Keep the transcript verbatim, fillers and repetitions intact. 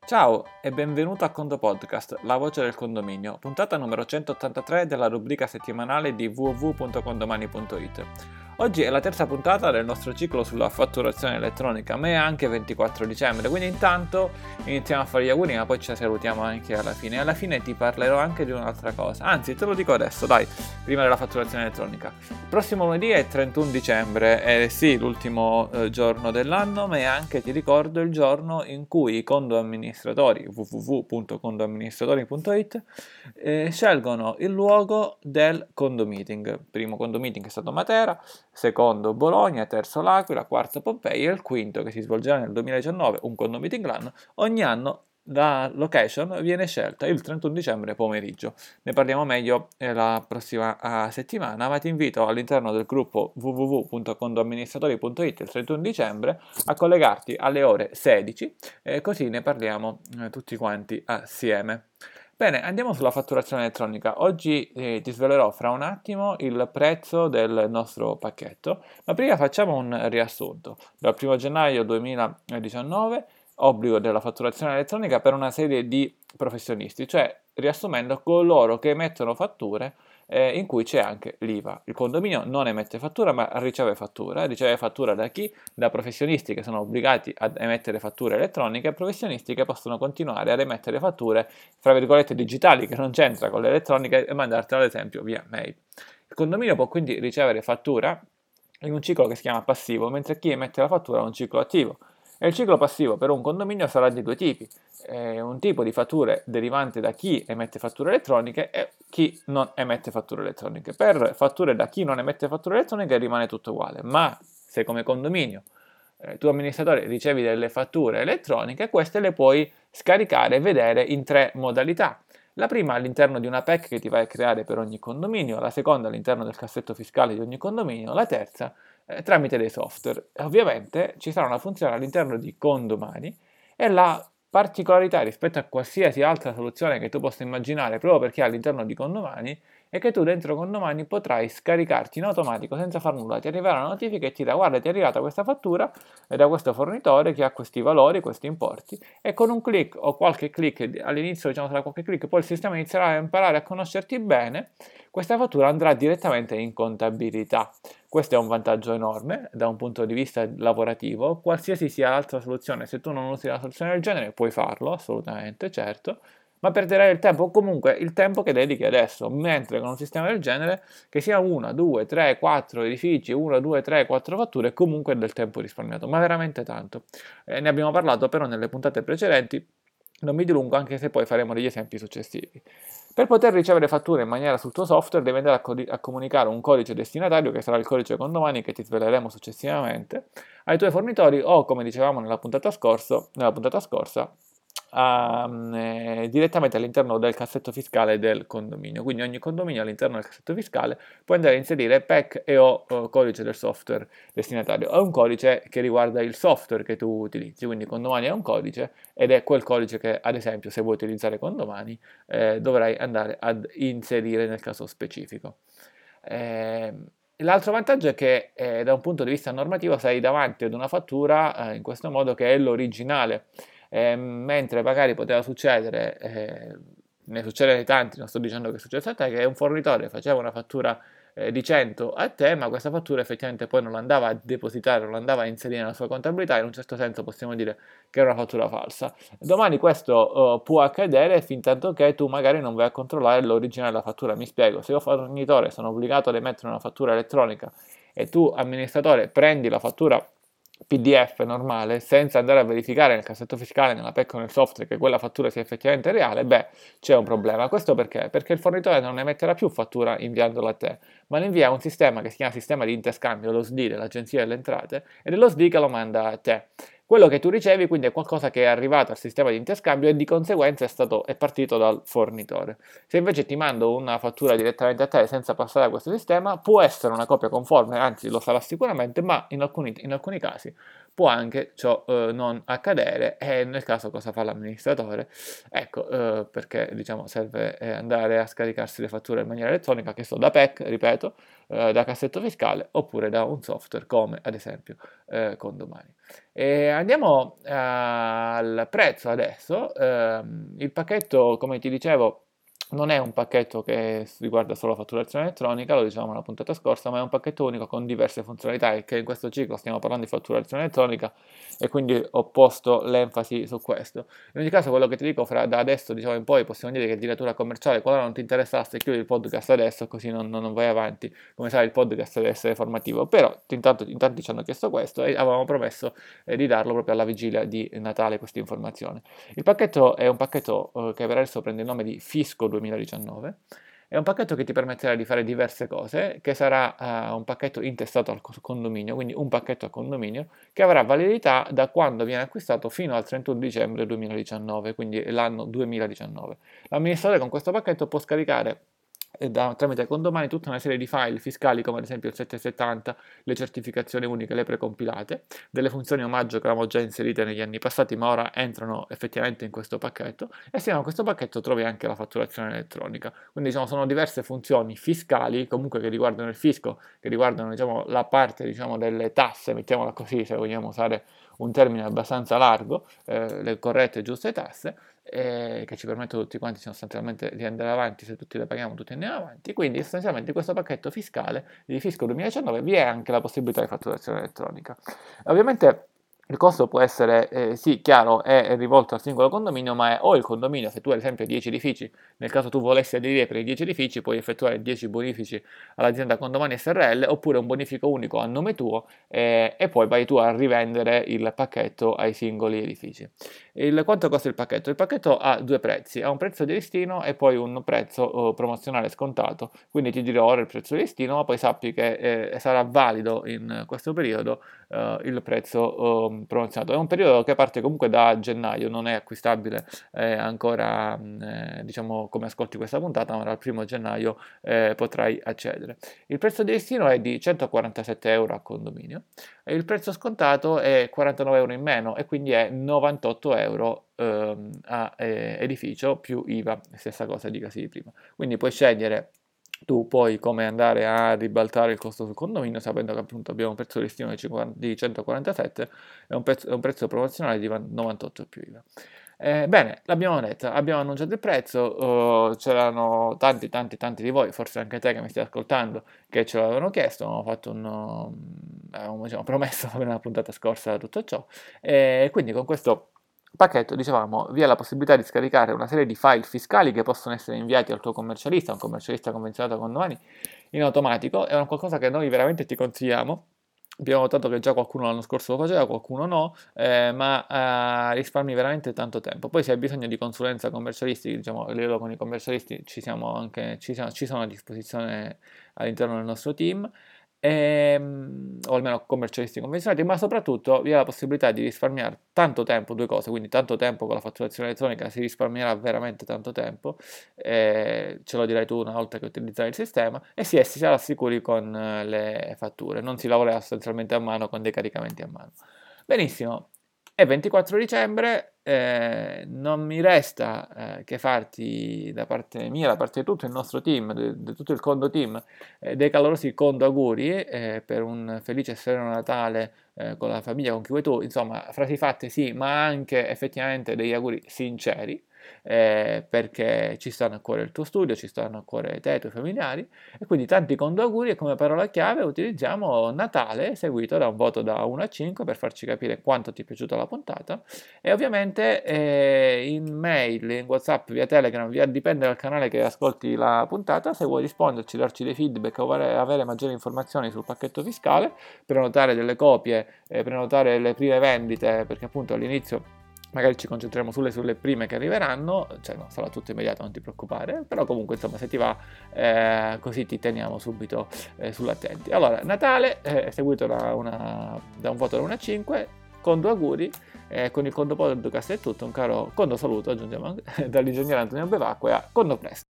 Ciao e benvenuto a Condo Podcast, la voce del condominio, puntata numero centottantatré della rubrica settimanale di w w w punto condomani punto i t. Oggi è la terza puntata del nostro ciclo sulla fatturazione elettronica, ma è anche ventiquattro dicembre, quindi intanto iniziamo a fare gli auguri, ma poi ci salutiamo anche alla fine. Alla fine ti parlerò anche di un'altra cosa, anzi te lo dico adesso, dai, prima della fatturazione elettronica. Il prossimo lunedì è trentuno dicembre, è sì l'ultimo eh, giorno dell'anno, ma è anche, ti ricordo, il giorno in cui i condo amministratori, w w w punto condoamministratori punto i t, eh, scelgono il luogo del condo meeting. Primo condo meeting è stato Matera, secondo Bologna, terzo L'Aquila, quarto Pompei e il quinto che si svolgerà nel duemiladiciannove, un condo meeting l'anno. Ogni anno la location viene scelta il trentuno dicembre pomeriggio. Ne parliamo meglio eh, la prossima uh, settimana, ma ti invito all'interno del gruppo w w w punto condoamministratori punto i t il trentuno dicembre a collegarti alle ore sedici e così ne parliamo eh, tutti quanti assieme. Bene, andiamo sulla fatturazione elettronica. Oggi eh, ti svelerò fra un attimo il prezzo del nostro pacchetto, ma prima facciamo un riassunto. Dal primo gennaio duemiladiciannove, obbligo della fatturazione elettronica per una serie di professionisti, cioè riassumendo coloro che emettono fatture eh, in cui c'è anche l'I V A. Il condominio non emette fattura ma riceve fattura, riceve fattura da chi? Da professionisti che sono obbligati ad emettere fatture elettroniche e professionisti che possono continuare ad emettere fatture fra virgolette digitali che non c'entra con l'elettronica e mandartela ad esempio via mail. Il condominio può quindi ricevere fattura in un ciclo che si chiama passivo, mentre chi emette la fattura ha un ciclo attivo. E il ciclo passivo per un condominio sarà di due tipi, eh, un tipo di fatture derivante da chi emette fatture elettroniche e chi non emette fatture elettroniche. Per fatture da chi non emette fatture elettroniche rimane tutto uguale, ma se come condominio eh, tu amministratore ricevi delle fatture elettroniche, queste le puoi scaricare e vedere in tre modalità. La prima all'interno di una P E C che ti vai a creare per ogni condominio, la seconda all'interno del cassetto fiscale di ogni condominio, la terza eh, tramite dei software. E ovviamente ci sarà una funzione all'interno di Condomani e la particolarità rispetto a qualsiasi altra soluzione che tu possa immaginare proprio perché all'interno di Condomani è che tu dentro Condomani potrai scaricarti in automatico senza far nulla, ti arriverà una notifica e ti dirà guarda ti è arrivata questa fattura da questo fornitore che ha questi valori, questi importi e con un click o qualche click all'inizio diciamo sarà qualche click poi il sistema inizierà a imparare a conoscerti bene, questa fattura andrà direttamente in contabilità. Questo è un vantaggio enorme da un punto di vista lavorativo, qualsiasi sia l'altra soluzione, se tu non usi una soluzione del genere puoi farlo, assolutamente, certo, ma perderai il tempo, o comunque il tempo che dedichi adesso, mentre con un sistema del genere, che sia una, due, tre, quattro edifici, una, due, tre, quattro fatture, comunque è del tempo risparmiato, ma veramente tanto. Eh, ne abbiamo parlato però nelle puntate precedenti, non mi dilungo anche se poi faremo degli esempi successivi. Per poter ricevere fatture in maniera sul tuo software devi andare a, co- a comunicare un codice destinatario che sarà il codice condomani che ti sveleremo successivamente ai tuoi fornitori o come dicevamo nella puntata, scorso, nella puntata scorsa a, eh, direttamente all'interno del cassetto fiscale del condominio. Quindi ogni condominio all'interno del cassetto fiscale può andare a inserire P E C e o, o codice del software destinatario. È un codice che riguarda il software che tu utilizzi, quindi condomani è un codice ed è quel codice che ad esempio se vuoi utilizzare condomani eh, dovrai andare ad inserire nel caso specifico. Eh, L'altro vantaggio è che eh, da un punto di vista normativo sei davanti ad una fattura eh, in questo modo che è l'originale, eh, mentre magari poteva succedere, eh, ne succede tanti, non sto dicendo che è successo a te, che un fornitore faceva una fattura eh, di cento a te, ma questa fattura effettivamente poi non l'andava a depositare, non l'andava a inserire nella sua contabilità, in un certo senso possiamo dire che era una fattura falsa. Domani questo uh, può accadere fin tanto che tu magari non vai a controllare l'originale della fattura. Mi spiego, se io fornitore sono obbligato ad emettere una fattura elettronica e tu amministratore prendi la fattura P D F normale senza andare a verificare nel cassetto fiscale, nella P E C o nel software che quella fattura sia effettivamente reale, beh, c'è un problema. Questo perché? Perché il fornitore non emetterà più fattura inviandola a te, ma ne invia a un sistema che si chiama sistema di interscambio, lo S D I dell'Agenzia delle Entrate, ed è lo S D I che lo manda a te. Quello che tu ricevi quindi è qualcosa che è arrivato al sistema di interscambio e di conseguenza è, stato, è partito dal fornitore. Se invece ti mando una fattura direttamente a te senza passare da questo sistema, può essere una copia conforme, anzi lo sarà sicuramente, ma in alcuni, in alcuni casi può anche ciò eh, non accadere e nel caso cosa fa l'amministratore? Ecco, eh, perché diciamo serve eh, andare a scaricarsi le fatture in maniera elettronica, che so da P E C, ripeto, eh, da cassetto fiscale oppure da un software come ad esempio eh, Condomani. E andiamo eh, al prezzo adesso. Eh, il pacchetto, come ti dicevo, non è un pacchetto che riguarda solo la fatturazione elettronica, lo dicevamo nella puntata scorsa, ma è un pacchetto unico con diverse funzionalità, e che in questo ciclo stiamo parlando di fatturazione elettronica e quindi ho posto l'enfasi su questo. In ogni caso, quello che ti dico, fra da adesso diciamo in poi, possiamo dire che di natura commerciale, qualora non ti interessasse, chiudi il podcast adesso, così non, non vai avanti. Come sai, il podcast deve essere formativo, però intanto, in tanti ci hanno chiesto questo e avevamo promesso eh, di darlo proprio alla vigilia di Natale, questa informazione. Il pacchetto è un pacchetto eh, che per adesso prende il nome di Fisco duemiladiciannove. È un pacchetto che ti permetterà di fare diverse cose, che sarà uh, un pacchetto intestato al condominio, quindi un pacchetto a condominio, che avrà validità da quando viene acquistato fino al trentuno dicembre duemiladiciannove, quindi l'anno duemiladiciannove. L'amministratore con questo pacchetto può scaricare Da, tramite Condomani tutta una serie di file fiscali, come ad esempio il settecentosettanta, le certificazioni uniche, le precompilate, delle funzioni omaggio che avevamo già inserite negli anni passati, ma ora entrano effettivamente in questo pacchetto. E assieme a questo pacchetto trovi anche la fatturazione elettronica. Quindi diciamo sono diverse funzioni fiscali, comunque che riguardano il fisco, che riguardano diciamo la parte diciamo delle tasse, mettiamola così se vogliamo usare un termine abbastanza largo, eh, le corrette e giuste tasse, eh, che ci permettono tutti quanti sostanzialmente di andare avanti. Se tutti le paghiamo, tutti andiamo avanti. Quindi sostanzialmente in questo pacchetto fiscale di Fisco duemiladiciannove vi è anche la possibilità di fatturazione elettronica. Ovviamente il costo può essere, eh, sì, chiaro, è rivolto al singolo condominio, ma è o il condominio, se tu ad esempio hai dieci edifici, nel caso tu volessi aderire per i dieci edifici, puoi effettuare dieci bonifici all'azienda Condomani S R L, oppure un bonifico unico a nome tuo, eh, e poi vai tu a rivendere il pacchetto ai singoli edifici. Il, quanto costa il pacchetto? Il pacchetto ha due prezzi, ha un prezzo di listino e poi un prezzo oh, promozionale scontato, quindi ti dirò ora il prezzo di listino, ma poi sappi che eh, sarà valido in questo periodo eh, il prezzo oh, promozionato. È un periodo che parte comunque da gennaio, non è acquistabile eh, ancora eh, diciamo come ascolti questa puntata, ma dal primo gennaio eh, potrai accedere. Il prezzo di listino è di centoquarantasette euro a condominio e il prezzo scontato è quarantanove euro in meno, e quindi è novantotto euro ehm, a eh, edificio più I V A, stessa cosa dicasi di prima. Quindi puoi scegliere tu poi come andare a ribaltare il costo sul condominio, sapendo che appunto abbiamo un prezzo di listino di centoquarantasette e un, prezzo, un prezzo promozionale di novantotto più I V A. Eh, bene, l'abbiamo detta, abbiamo annunciato il prezzo, uh, c'erano tanti tanti tanti di voi, forse anche te che mi stai ascoltando, che ce l'avevano chiesto, avevamo fatto un, avevamo diciamo, promesso nella puntata scorsa tutto ciò, e quindi con questo pacchetto, dicevamo, vi è la possibilità di scaricare una serie di file fiscali che possono essere inviati al tuo commercialista, un commercialista convenzionato con Condomani, in automatico. È una qualcosa che noi veramente ti consigliamo. Abbiamo notato che già qualcuno l'anno scorso lo faceva, qualcuno no, eh, ma eh, risparmi veramente tanto tempo. Poi se hai bisogno di consulenza commercialistica, diciamo, a livello con i commercialisti ci siamo anche, ci siamo, ci sono a disposizione all'interno del nostro team. Ehm, o almeno commercialisti convenzionati, ma soprattutto vi è la possibilità di risparmiare tanto tempo, due cose, quindi tanto tempo con la fatturazione elettronica, si risparmierà veramente tanto tempo, eh, ce lo dirai tu una volta che utilizzerai il sistema, e si, si sarà sicuri con eh, le fatture, non si lavorerà sostanzialmente a mano con dei caricamenti a mano. Benissimo. È ventiquattro dicembre, eh, non mi resta eh, che farti da parte mia, da parte di tutto il nostro team, di tutto il Condo team, eh, dei calorosi Condo auguri eh, per un felice e sereno Natale eh, con la famiglia, con chi vuoi tu, insomma, frasi fatte sì, ma anche effettivamente degli auguri sinceri, eh, perché ci stanno a cuore il tuo studio, ci stanno a cuore te e i tuoi familiari, e quindi tanti Condo auguri, e come parola chiave utilizziamo Natale seguito da un voto da uno a cinque per farci capire quanto ti è piaciuta la puntata, e ovviamente eh, in mail, in WhatsApp, via Telegram, via, dipende dal canale che ascolti la puntata, se vuoi risponderci, darci dei feedback o avere maggiori informazioni sul pacchetto fiscale, prenotare delle copie, eh, prenotare le prime vendite, perché appunto all'inizio magari ci concentriamo sulle, sulle prime che arriveranno, cioè no, sarà tutto immediato, non ti preoccupare, però comunque insomma se ti va eh, così ti teniamo subito eh, sull'attenti. Allora, Natale eh, seguito da, una, da un voto da uno a cinque, con due auguri, eh, con il Condo Podcast è tutto, un caro Condo saluto aggiungiamo dall'ingegnere Antonio Bevacqua, Condo presto.